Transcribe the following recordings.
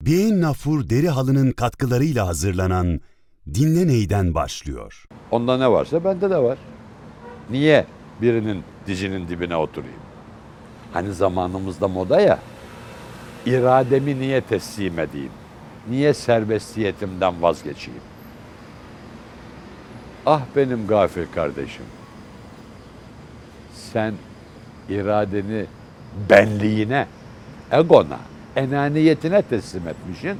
Bein Nafur deri halının katkılarıyla hazırlanan Dinle Ney'den başlıyor. Onda ne varsa bende de var. Niye birinin dizinin dibine oturayım? Hani zamanımızda moda ya, irademi niye teslim edeyim? Niye serbestiyetimden vazgeçeyim? Ah benim gafil kardeşim. Sen iradeni benliğine, egona, enaniyetine teslim etmişsin.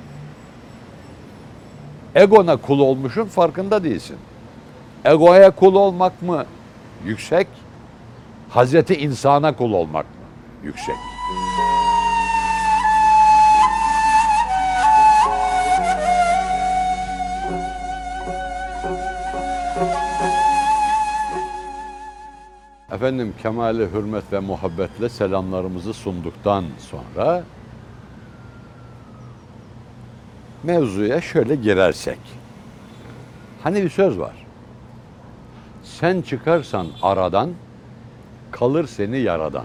Egona kul olmuşsun, farkında değilsin. Egoya kul olmak mı yüksek? Hazreti insana kul olmak mı yüksek? Efendim, kemale hürmet ve muhabbetle selamlarımızı sunduktan sonra mevzuya şöyle girersek. Hani bir söz var. Sen çıkarsan aradan, kalır seni yaradan.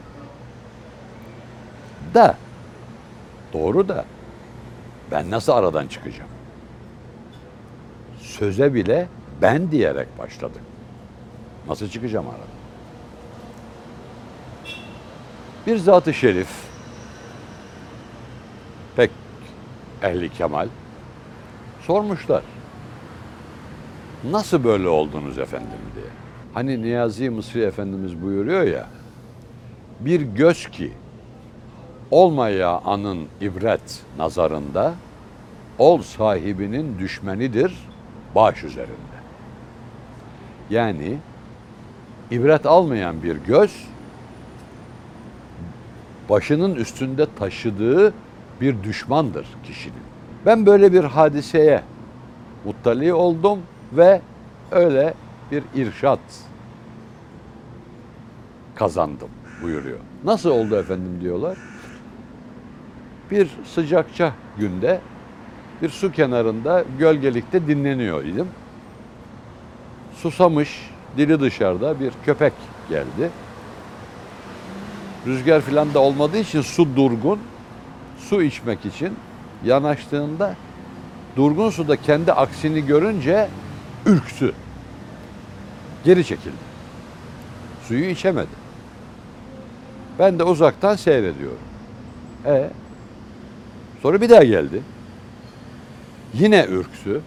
Da, doğru da, ben nasıl aradan çıkacağım? Söze bile ben diyerek başladık. Nasıl çıkacağım aradan? Bir zat-ı şerif, pek ehli kemal, sormuşlar. Nasıl böyle oldunuz efendim diye. Hani Niyazi Mısri Efendimiz buyuruyor ya, bir göz ki olmaya anın ibret nazarında, ol sahibinin düşmenidir baş üzerinde. Yani ibret almayan bir göz, başının üstünde taşıdığı bir düşmandır kişinin. Ben böyle bir hadiseye muttali oldum ve öyle bir irşat kazandım buyuruyor. Nasıl oldu efendim diyorlar. Bir sıcakça günde bir su kenarında gölgelikte dinleniyor idim. Susamış, dili dışarıda bir köpek geldi. Rüzgar filan da olmadığı için su durgun. Su içmek için yanaştığında durgun suda kendi aksini görünce ürktü. Geri çekildi. Suyu içemedi. Ben de uzaktan seyrediyorum. Sonra bir daha geldi. Yine ürktü.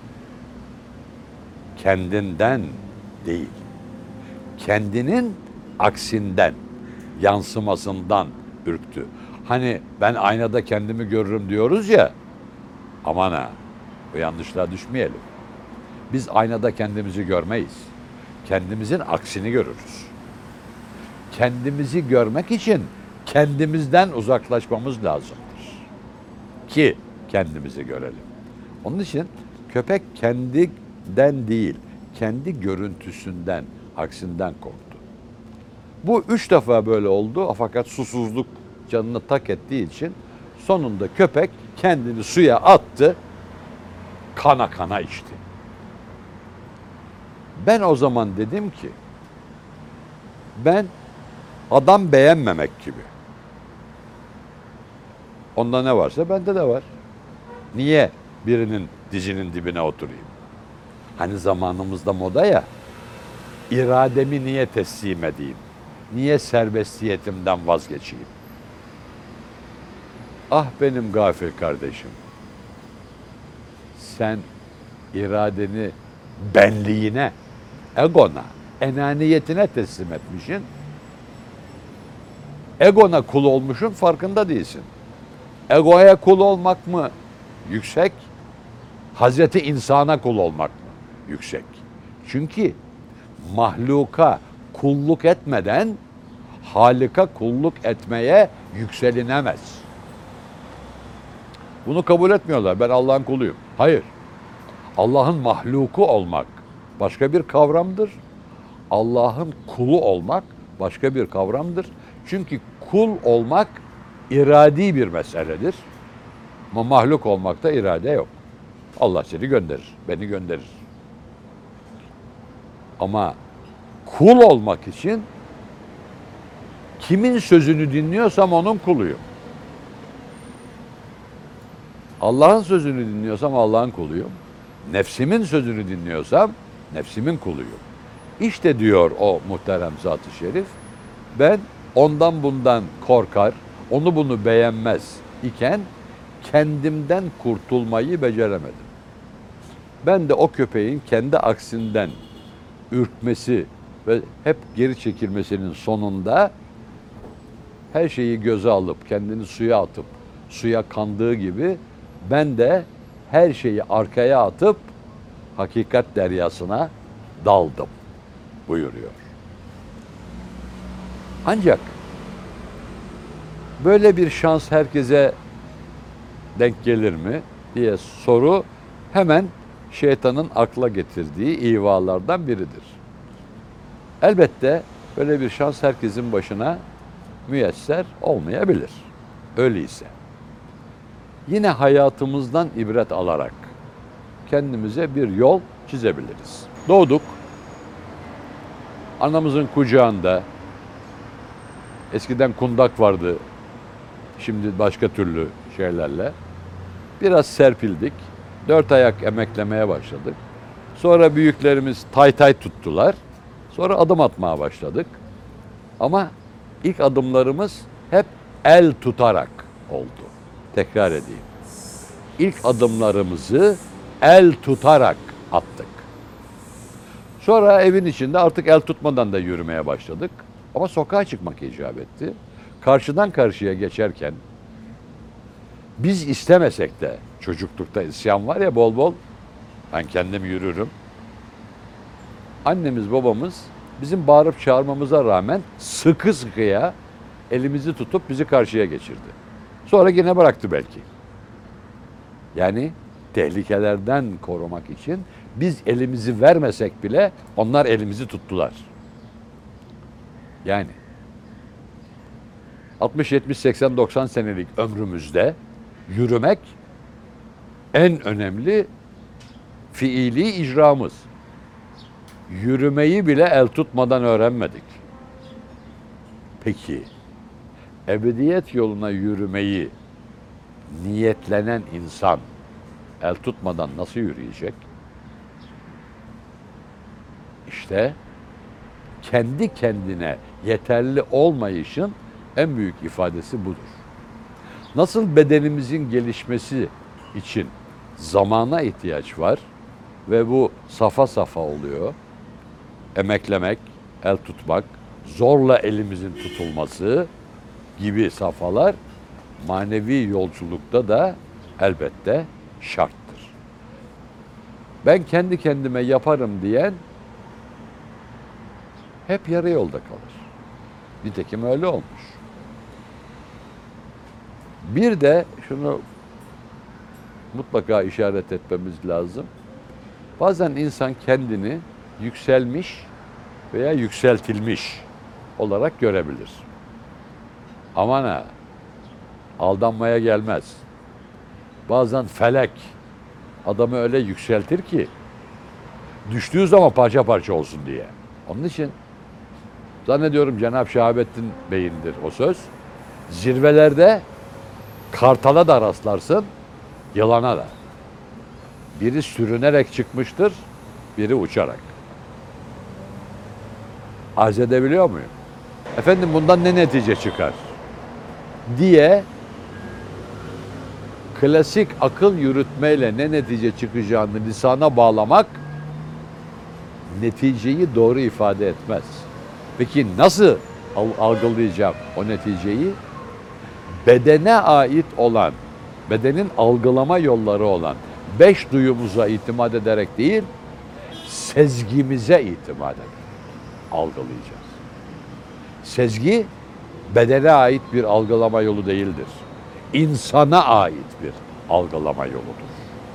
Kendinden değil. Kendinin aksinden, yansımasından ürktü. Hani ben aynada kendimi görürüm diyoruz ya. Aman ha, bu yanlışlığa düşmeyelim. Biz aynada kendimizi görmeyiz. Kendimizin aksini görürüz. Kendimizi görmek için kendimizden uzaklaşmamız lazımdır. Ki kendimizi görelim. Onun için köpek kendinden değil, kendi görüntüsünden, aksinden korktu. Bu 3 defa böyle oldu fakat susuzluk canını tak ettiği için sonunda köpek kendini suya attı, kana kana içti. Ben o zaman dedim ki, ben adam beğenmemek gibi. Onda ne varsa bende de var. Niye birinin dizinin dibine oturayım? Hani zamanımızda moda ya, irademi niye teslim edeyim? Niye serbestiyetimden vazgeçeyim? Ah benim gafil kardeşim. Sen iradeni benliğine, egona, enaniyetine teslim etmişsin. Egona kul olmuşsun, farkında değilsin. Egoya kul olmak mı yüksek? Hazreti insana kul olmak mı yüksek? Çünkü mahluka kulluk etmeden Halika kulluk etmeye yükselinemez. Bunu kabul etmiyorlar. Ben Allah'ın kuluyum. Hayır. Allah'ın mahluku olmak başka bir kavramdır. Allah'ın kulu olmak başka bir kavramdır. Çünkü kul olmak iradi bir meseledir. Ama mahluk olmakta irade yok. Allah seni gönderir, beni gönderir. Ama kul olmak için kimin sözünü dinliyorsam onun kuluyum. Allah'ın sözünü dinliyorsam Allah'ın kuluyum. Nefsimin sözünü dinliyorsam nefsimin kuluyum. İşte diyor o muhterem Zat-ı Şerif, ben ondan bundan korkar, onu bunu beğenmez iken kendimden kurtulmayı beceremedim. Ben de o köpeğin kendi aksinden ürkmesi ve hep geri çekilmesinin sonunda her şeyi göze alıp kendini suya atıp suya kandığı gibi ben de her şeyi arkaya atıp hakikat deryasına daldım buyuruyor. Ancak böyle bir şans herkese denk gelir mi diye soru hemen şeytanın akla getirdiği ivalardan biridir. Elbette böyle bir şans herkesin başına müyesser olmayabilir. Öyleyse yine hayatımızdan ibret alarak kendimize bir yol çizebiliriz. Doğduk, anamızın kucağında, eskiden kundak vardı, şimdi başka türlü şeylerle. Biraz serpildik, 4 ayak emeklemeye başladık. Sonra büyüklerimiz tay tay tuttular, sonra adım atmaya başladık. Ama ilk adımlarımız hep el tutarak oldu. Tekrar edeyim. İlk adımlarımızı el tutarak attık. Sonra evin içinde artık el tutmadan da yürümeye başladık. Ama sokağa çıkmak icap etti. Karşıdan karşıya geçerken biz istemesek de çocuklukta isyan var ya bol bol, ben kendim yürürüm. Annemiz babamız bizim bağırıp çağırmamıza rağmen sıkı sıkıya elimizi tutup bizi karşıya geçirdi. Sonra yine bıraktı belki. Yani tehlikelerden korumak için biz elimizi vermesek bile onlar elimizi tuttular. Yani 60, 70, 80, 90 senelik ömrümüzde yürümek en önemli fiili icramız. Yürümeyi bile el tutmadan öğrenmedik. Peki, ebediyet yoluna yürümeyi niyetlenen insan el tutmadan nasıl yürüyecek? İşte kendi kendine yeterli olmayışın en büyük ifadesi budur. Nasıl bedenimizin gelişmesi için zamana ihtiyaç var ve bu safa safa oluyor. Emeklemek, el tutmak, zorla elimizin tutulması gibi safhalar manevi yolculukta da elbette şarttır. Ben kendi kendime yaparım diyen hep yarı yolda kalır. Nitekim öyle olmuş. Bir de şunu mutlaka işaret etmemiz lazım. Bazen insan kendini yükselmiş veya yükseltilmiş olarak görebilir. Aman ha, aldanmaya gelmez. Bazen felek adamı öyle yükseltir ki düştüğü zaman parça parça olsun diye. Onun için zannediyorum Cenab-ı Şahabettin Bey'indir o söz. Zirvelerde kartala da rastlarsın, yılana da. Biri sürünerek çıkmıştır, biri uçarak. Arz edebiliyor muyum? Efendim bundan ne netice çıkar? Diye klasik akıl yürütmeyle ne netice çıkacağını lisana bağlamak neticeyi doğru ifade etmez. Peki nasıl algılayacağım o neticeyi? Bedene ait olan, bedenin algılama yolları olan 5 duyumuza itimat ederek değil, sezgimize itimat ederek algılayacağız. Sezgi, bedene ait bir algılama yolu değildir. İnsana ait bir algılama yoludur.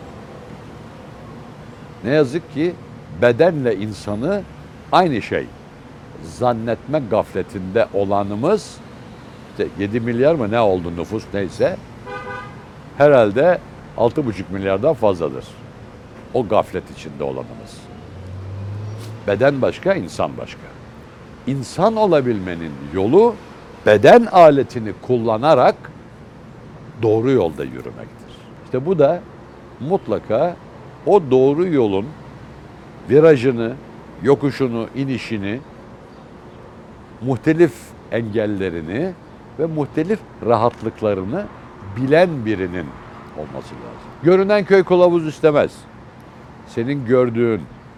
Ne yazık ki bedenle insanı aynı şey zannetme gafletinde olanımız, işte 7 milyar mı ne oldu nüfus neyse, herhalde 6,5 milyardan fazladır. O gaflet içinde olanımız. Beden başka, insan başka. İnsan olabilmenin yolu beden aletini kullanarak doğru yolda yürümektir. İşte bu da mutlaka o doğru yolun virajını, yokuşunu, inişini, muhtelif engellerini ve muhtelif rahatlıklarını bilen birinin olması lazım. Görünen köy kılavuz istemez. Senin gördüğün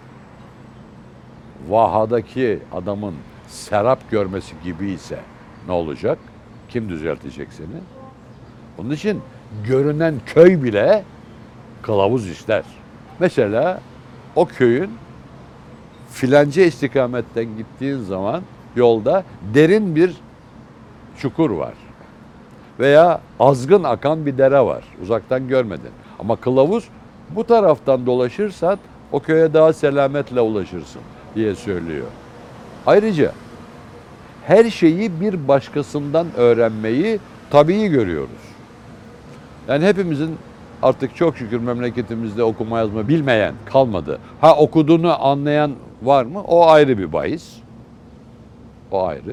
vahadaki adamın serap görmesi gibi ise ne olacak? Kim düzeltecek seni? Onun için görünen köy bile kılavuz ister. Mesela o köyün filanca istikametten gittiğin zaman yolda derin bir çukur var. Veya azgın akan bir dere var. Uzaktan görmedin. Ama kılavuz bu taraftan dolaşırsan o köye daha selametle ulaşırsın diye söylüyor. Ayrıca her şeyi bir başkasından öğrenmeyi tabii görüyoruz. Yani hepimizin artık çok şükür memleketimizde okuma yazma bilmeyen kalmadı. Ha, okuduğunu anlayan var mı? O ayrı bir bahis. O ayrı.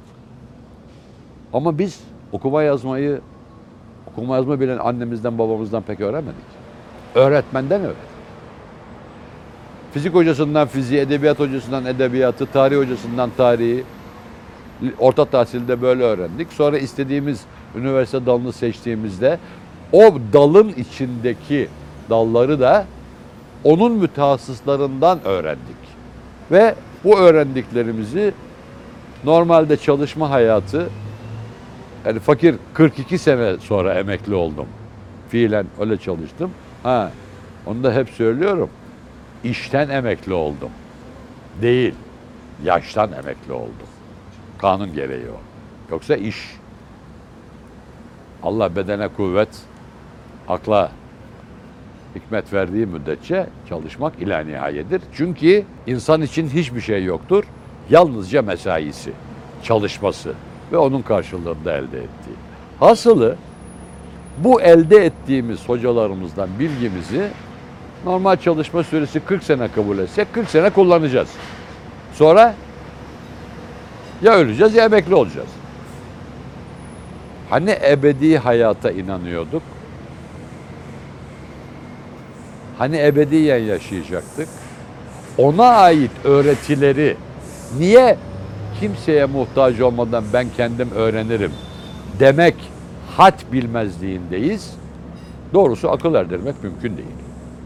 Ama biz okuma yazma bilen annemizden babamızdan pek öğrenmedik. Öğretmenden öğrendik. Fizik hocasından fiziği, edebiyat hocasından edebiyatı, tarih hocasından tarihi, orta tahsilde böyle öğrendik. Sonra istediğimiz üniversite dalını seçtiğimizde o dalın içindeki dalları da onun mütehassıslarından öğrendik. Ve bu öğrendiklerimizi normalde çalışma hayatı, yani fakir 42 sene sonra emekli oldum. Fiilen öyle çalıştım. Onu da hep söylüyorum. İşten emekli oldum. Değil, yaştan emekli oldum. Kanun gereği o. Yoksa iş. Allah bedene kuvvet, akla hikmet verdiği müddetçe çalışmak ila nihayedir. Çünkü insan için hiçbir şey yoktur. Yalnızca mesaisi, çalışması ve onun karşılığında elde ettiği. Hasılı bu elde ettiğimiz hocalarımızdan bilgimizi normal çalışma süresi 40 sene kabul etsek 40 sene kullanacağız. Sonra ya öleceğiz ya emekli olacağız. Hani ebedi hayata inanıyorduk? Hani ebediyen yaşayacaktık? Ona ait öğretileri niye kimseye muhtaç olmadan ben kendim öğrenirim demek had bilmezliğindeyiz? Doğrusu akıl erdirmek mümkün değil.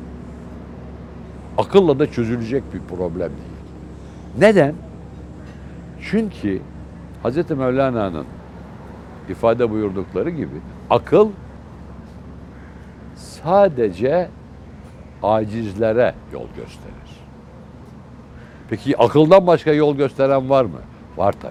Akılla da çözülecek bir problem değil. Neden? Çünkü Hz. Mevlana'nın ifade buyurdukları gibi akıl sadece acizlere yol gösterir. Peki akıldan başka yol gösteren var mı? Var tabii.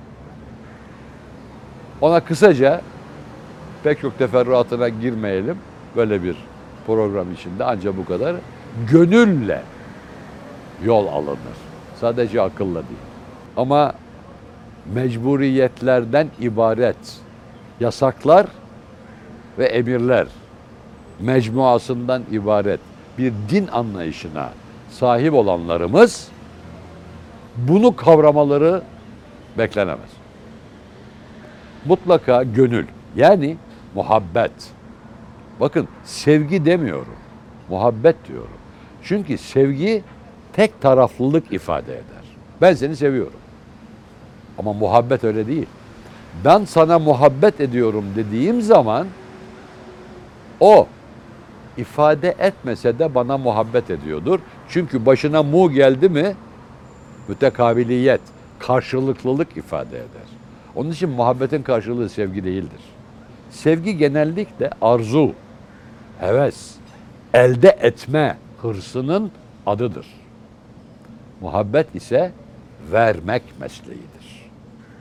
Ona kısaca pek çok teferruatına girmeyelim. Böyle bir program içinde ancak bu kadar. Gönülle yol alınır. Sadece akılla değil. Ama mecburiyetlerden ibaret yasaklar ve emirler mecmuasından ibaret bir din anlayışına sahip olanlarımız bunu kavramaları beklenemez. Mutlaka gönül, yani muhabbet. Bakın, sevgi demiyorum, muhabbet diyorum. Çünkü sevgi tek taraflılık ifade eder. Ben seni seviyorum. Ama muhabbet öyle değil. Ben sana muhabbet ediyorum dediğim zaman o ifade etmese de bana muhabbet ediyordur. Çünkü başına mu geldi mi mütekabiliyet, karşılıklılık ifade eder. Onun için muhabbetin karşılığı sevgi değildir. Sevgi genellikle arzu, heves, elde etme hırsının adıdır. Muhabbet ise vermek mesleğidir.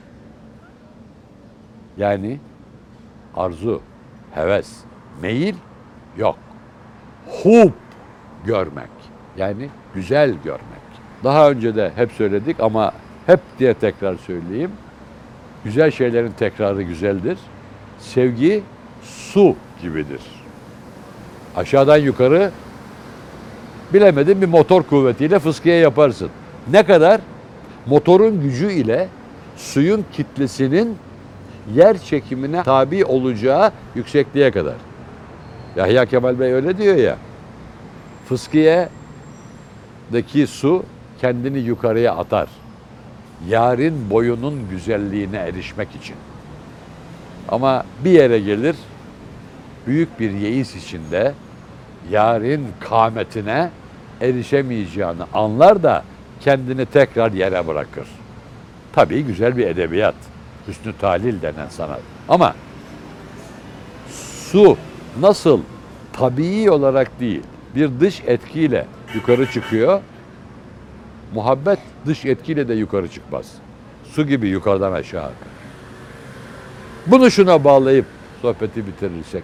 Yani arzu, heves, meyil yok. Hub görmek, yani güzel görmek. Daha önce de hep söyledik ama hep diye tekrar söyleyeyim. Güzel şeylerin tekrarı güzeldir. Sevgi su gibidir. Aşağıdan yukarı bilemedin bir motor kuvvetiyle fıskiye yaparsın. Ne kadar? Motorun gücü ile suyun kitlesinin yer çekimine tabi olacağı yüksekliğe kadar. Yahya Kemal Bey öyle diyor ya. Fıskiye'deki su kendini yukarıya atar. Yarın boyunun güzelliğine erişmek için. Ama bir yere gelir, büyük bir yeis içinde yarın kâmetine erişemeyeceğini anlar da kendini tekrar yere bırakır. Tabii güzel bir edebiyat. Hüsnü talil denen sanat. Ama su nasıl tabii olarak değil, bir dış etkiyle yukarı çıkıyor, muhabbet dış etkiyle de yukarı çıkmaz. Su gibi yukarıdan aşağı akar. Bunu şuna bağlayıp sohbeti bitirirsek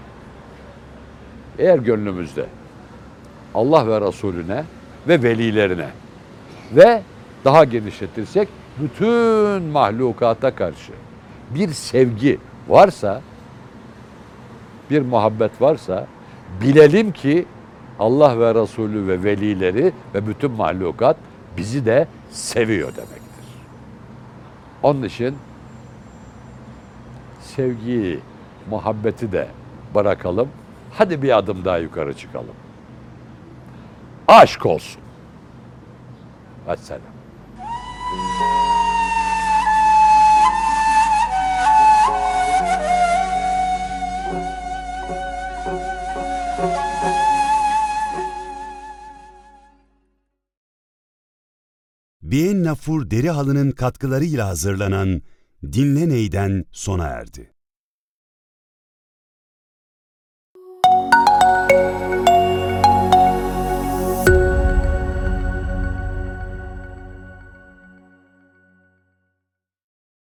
eğer gönlümüzde Allah ve Resulüne ve velilerine ve daha genişletirsek bütün mahlukata karşı bir sevgi varsa, bir muhabbet varsa bilelim ki Allah ve Resulü ve velileri ve bütün mahlukat bizi de seviyor demektir. Onun için sevgiyi, muhabbeti de bırakalım. Hadi bir adım daha yukarı çıkalım. Aşk olsun. Vesselam. Bien Nafur deri halının katkılarıyla hazırlanan Dinle Ney'den sona erdi.